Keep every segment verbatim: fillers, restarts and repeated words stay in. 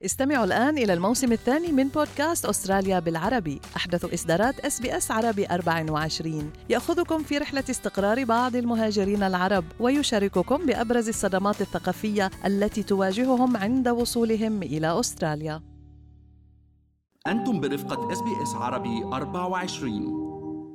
استمعوا الآن إلى الموسم الثاني من بودكاست أستراليا بالعربي، أحدث إصدارات إس بي إس عربي أربعة وعشرين، يأخذكم في رحلة استقرار بعض المهاجرين العرب ويشارككم بأبرز الصدمات الثقافية التي تواجههم عند وصولهم إلى أستراليا. أنتم برفقة إس بي إس عربي أربعة وعشرين.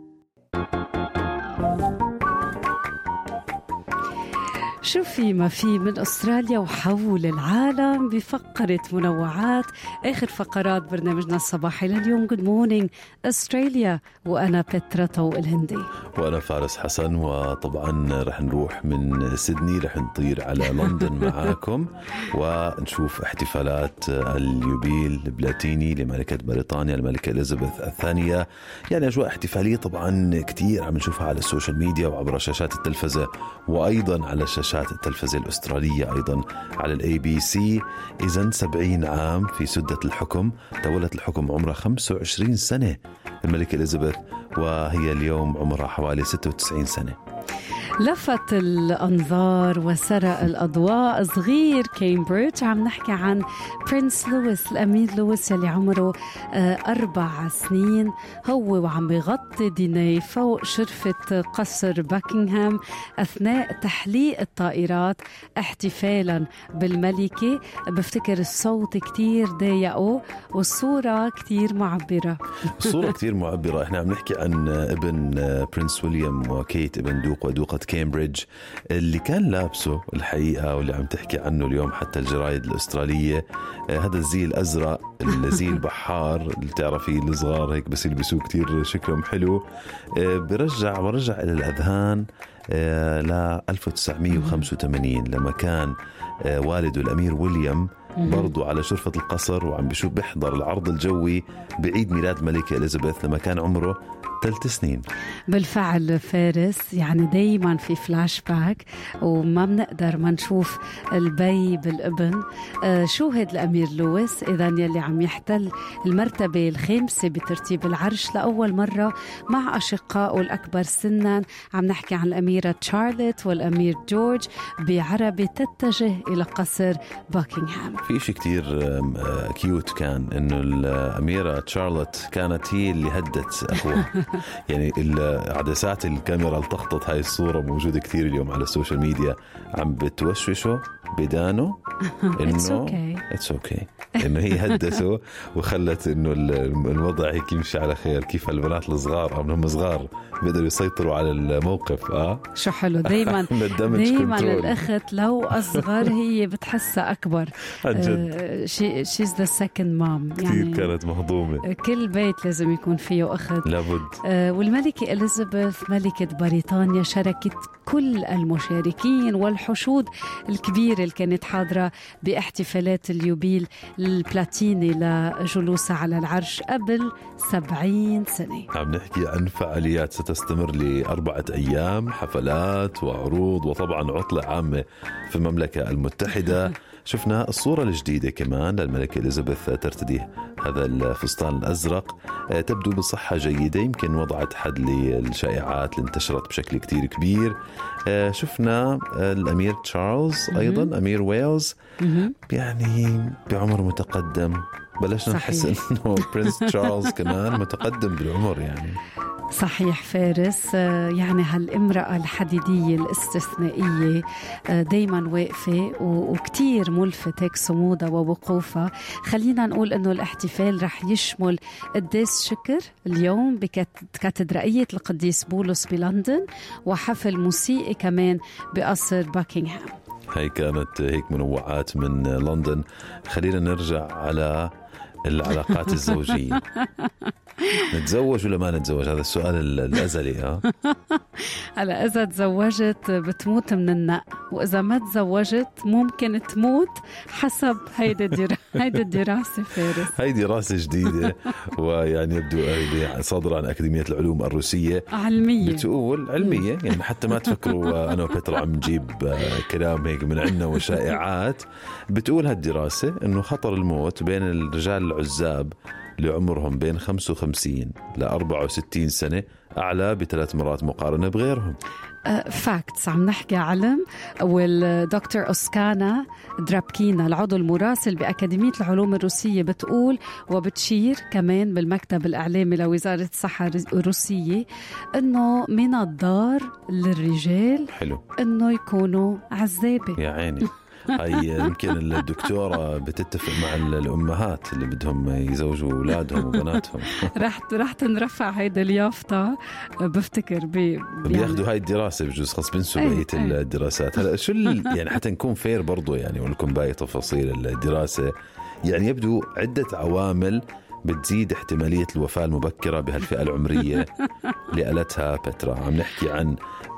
شوفي ما في من أستراليا وحول العالم بفقرة منوعات آخر فقرات برنامجنا الصباحي لليوم. Good morning أستراليا، وأنا بترا طوق الهندي وأنا فارس حسن. وطبعا رح نروح من سيدني رح نطير على لندن معاكم ونشوف احتفالات اليوبيل البلاتيني لملكة بريطانيا الملكة إليزابيث الثانية. يعني أجواء احتفالية طبعا كتير عم نشوفها على السوشيال ميديا وعبر شاشات التلفزة وأيضا على شاشات التلفزة الأسترالية أيضا على الأي بي سي. إذن سبعين عام في سدة الحكم، تولت الحكم عمرها خمسة وعشرين سنة الملكة إليزابيث، وهي اليوم عمرها حوالي ستة وتسعين سنة. لفت الأنظار وسرق الأضواء صغير كامبريدج. عم نحكي عن برنس لويس، الأمير لويس يلي عمره أربع سنين، هو وعم بيغطي دينيه فوق شرفة قصر باكنغهام أثناء تحليق الطائرات احتفالا بالملكة. بفتكر الصوت كتير ضايقه والصورة كتير معبرة. الصورة كتير معبرة. احنا عم نحكي عن ابن برنس ويليام وكيت ابن دوق ودوقة كامبريدج اللي كان لابسه الحقيقة واللي عم تحكي عنه اليوم حتى الجرايد الأسترالية. هذا الزي الأزرق، الزي البحار اللي تعرفيه الصغار هيك بس يلبسوه كتير شكلهم حلو. برجع برجع إلى الأذهان ل ألف وتسعمية وخمسة وثمانين لما كان والده الأمير ويليام برضو على شرفة القصر وعم بشوف بيحضر العرض الجوي بعيد ميلاد ملكة إليزابيث لما كان عمره ثلاث سنين. بالفعل فارس، يعني دايما في فلاش باك وما بنقدر ما نشوف البي بالابن. آه شوهد الأمير لويس إذا يلي عم يحتل المرتبة الخامسة بترتيب العرش لأول مرة مع أشقائه الأكبر سنا. عم نحكي عن الأميرة تشارلوت والأمير جورج بعربة تتجه إلى قصر باكنغهام. في شيء كتير كيوت كان إنه الأميرة تشارلوت كانت هي اللي هدت أخوه. يعني عدسات الكاميرا التقطت هاي الصورة موجودة كثير اليوم على السوشيال ميديا، عم بتوشوشه بدانه إنه it's okay إنه هي هدته وخلت إنه الوضع هيك يمشي على خير. كيف البنات الصغار أو هم صغار بيقدروا يسيطروا على الموقف. آه شو حلو. دايما دايما الأخت لو أصغر هي بتحسها أكبر. uh, she, she's the second mom. يعني كانت مهضومة. كل بيت لازم يكون فيه أخت لابد. uh, والملكة إليزابيث ملكة بريطانيا شاركت كل المشاركين والحشود الكبيرة اللي كانت حاضرة باحتفالات اليوبيل البلاتيني لجلوسها على العرش قبل سبعين سنة. عم نحكي عن فعاليات ستستمر لأربعة أيام، حفلات وعروض وطبعا عطلة عامة في المملكة المتحدة. شفنا الصورة الجديدة كمان للملكة إليزابيث ترتدي هذا الفستان الأزرق، تبدو بصحة جيدة، يمكن وضعت حد للشائعات اللي انتشرت بشكل كتير كبير. شفنا الأمير تشارلز أيضا أمير ويلز يعني بعمر متقدم، بلشنا نحس إنه برنس تشارلز كمان متقدم بالعمر. يعني صحيح فارس، يعني هالامرأة الحديدية الاستثنائية دايما واقفة وكتير ملفت هيك صمودها ووقوفها. خلينا نقول انه الاحتفال رح يشمل قداس شكر اليوم بكاتدرائية القديس بولس بلندن وحفل موسيقي كمان بقصر باكنغهام. هاي كانت هيك منوعات من لندن. خلينا نرجع على العلاقات الزوجية. نتزوج ولا ما نتزوج؟ هذا السؤال الأزلي. اه هلا إذا تزوجت بتموت من النق، وإذا ما تزوجت ممكن تموت حسب هيدا الدرا... هيدا الدراسة فارس. هاي دراسة جديدة ويعني يبدو صادرة عن أكاديمية العلوم الروسية، علمية بتقول علمية يعني حتى ما تفكروا أنا وبترا عم نجيب كلام هيك من عنا وشائعات. بتقول هالدراسة إنه خطر الموت بين الرجال العزاب اللي عمرهم بين خمسة وخمسين ل أربعة وستين سنة أعلى بثلاث مرات مقارنة بغيرهم. فاكتس عم نحكي علم. والدكتور أوسكانا درابكينا العضو المراسل بأكاديمية العلوم الروسية بتقول وبتشير كمان بالمكتب الإعلامي لوزارة الصحة الروسية أنه من الضار للرجال حلو أنه يكونوا عزابة. يا عيني. هاي يمكن الدكتورة بتتفق مع الأمهات اللي بدهم يزوجوا أولادهم وبناتهم. رح رح تنرفع هيدا اليافطة بفتكر بي بياخدوا هاي الدراسة بجوز خاص بنسوا بقية الدراسات. هلا شو يعني حتى نكون فير برضو يعني ونكون باقي تفاصيل الدراسة. يعني يبدو عدة عوامل بتزيد احتمالية الوفاة المبكرة بهالفئة العمرية اللي قالتها بترا. عم نحكي عن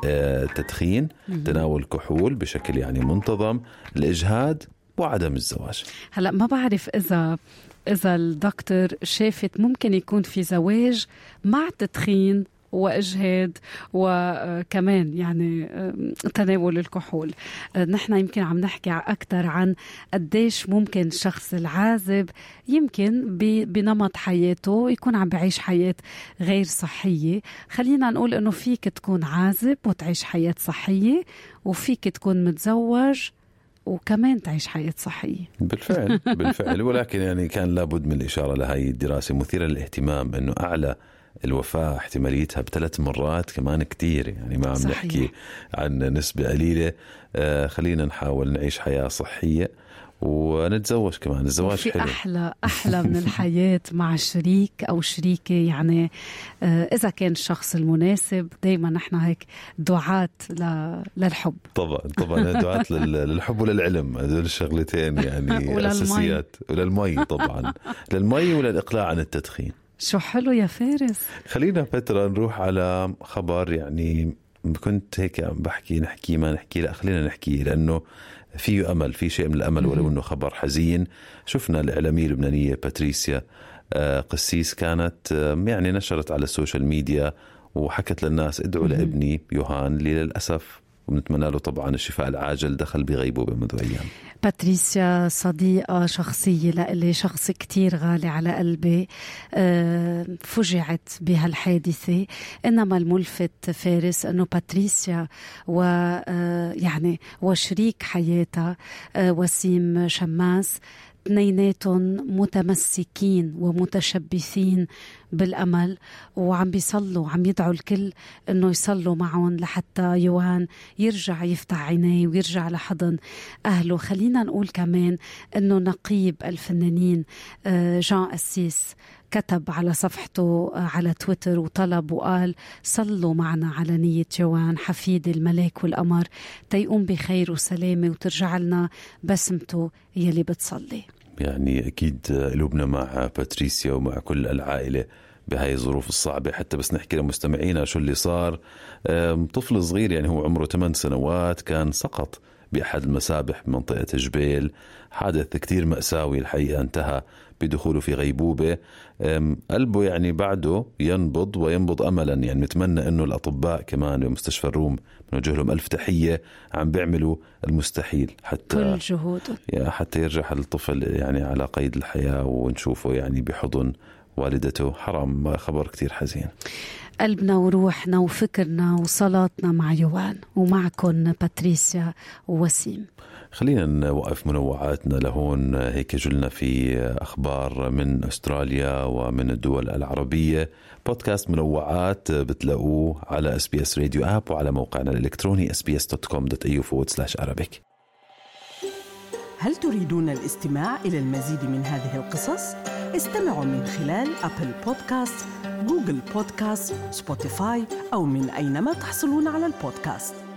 تدخين، تناول كحول بشكل يعني منتظم، الإجهاد وعدم الزواج. هلأ ما بعرف إذا إذا الدكتور شافت ممكن يكون في زواج مع تدخين وإجهاد وكمان يعني تناول الكحول. نحن يمكن عم نحكي أكتر عن قديش ممكن الشخص العازب يمكن بنمط حياته يكون عم بعيش حياة غير صحية. خلينا نقول إنه فيك تكون عازب وتعيش حياة صحية، وفيك تكون متزوج وكمان تعيش حياة صحية. بالفعل بالفعل. ولكن يعني كان لابد من الإشارة لهاي الدراسة مثيرة للاهتمام إنه أعلى الوفاة احتماليتها بثلاث مرات كمان كتير. يعني ما عم نحكي عن نسبة قليلة. آه خلينا نحاول نعيش حياة صحية ونتزوج كمان. الزواج في حلو. أحلى أحلى من الحياة مع شريك أو شريكة. يعني آه إذا كان الشخص المناسب. دايما نحن هيك دعاة للحب. طبعا طبعا دعاة للحب وللعلم. هذول الشغلتين يعني أساسيات. وللمي طبعا للمي وللإقلاع عن التدخين. شو حلو يا فارس. خلينا بترا نروح على خبر يعني كنت هيك بحكي نحكي ما نحكي. لا خلينا نحكي لأنه فيه أمل، في شيء من الأمل ولو أنه خبر حزين. شفنا الإعلامية اللبنانية باتريسيا قسيس كانت يعني نشرت على السوشيال ميديا وحكت للناس ادعوا لابني يوهان اللي للأسف ونتمنى له طبعا الشفاء العاجل دخل بغيبوبة منذ أيام. باتريسيا صديقة شخصية لإلي، شخص كتير غالي على قلبي. فجعت بهالحادثة. إنما الملفت فارس أنه باتريسيا ويعني وشريك حياتها وسيم شماس اثنيناتهم متمسكين ومتشبثين بالأمل، وعم بيصلوا عم يدعوا الكل إنه يصلوا معهم لحتى يوهان يرجع يفتح عينيه ويرجع لحضن أهله. خلينا نقول كمان إنه نقيب الفنانين جان أسيس كتب على صفحته على تويتر وطلب وقال صلوا معنا على نية يوهان حفيد الملاك والقمر تيقوم بخير وسلامة وترجع لنا بسمته يلي بتصلي. يعني أكيد قلوبنا مع باتريسيا ومع كل العائلة بهاي الظروف الصعبة. حتى بس نحكي لمستمعينا شو اللي صار. طفل صغير يعني هو عمره ثمان سنوات كان سقط بأحد المسابح بمنطقة جبيل. حادث كتير مأساوي الحقيقة انتهى بدخوله في غيبوبة. قلبه يعني بعده ينبض وينبض أملا. يعني نتمنى أنه الأطباء كمان بمستشفى الروم بنوجه لهم ألف تحية، عم بيعملوا المستحيل حتى كل جهوده حتى يرجع الطفل يعني على قيد الحياة ونشوفه يعني بحضن والدته. حرام، خبر كتير حزين. قلبنا وروحنا وفكرنا وصلاتنا مع يوهان ومعكم باتريسيا ووسيم. خلينا نوقف منوعاتنا لهون. هيك جلنا في أخبار من أستراليا ومن الدول العربية. بودكاست منوعات بتلاقوه على اس بي اس راديو آب وعلى موقعنا الإلكتروني اس بي اس دوت كوم دوت إيه يو فورورد سلاش أرابيك. هل تريدون الاستماع إلى المزيد من هذه القصص؟ استمعوا من خلال أبل بودكاست، جوجل بودكاست، سبوتيفاي أو من أينما تحصلون على البودكاست.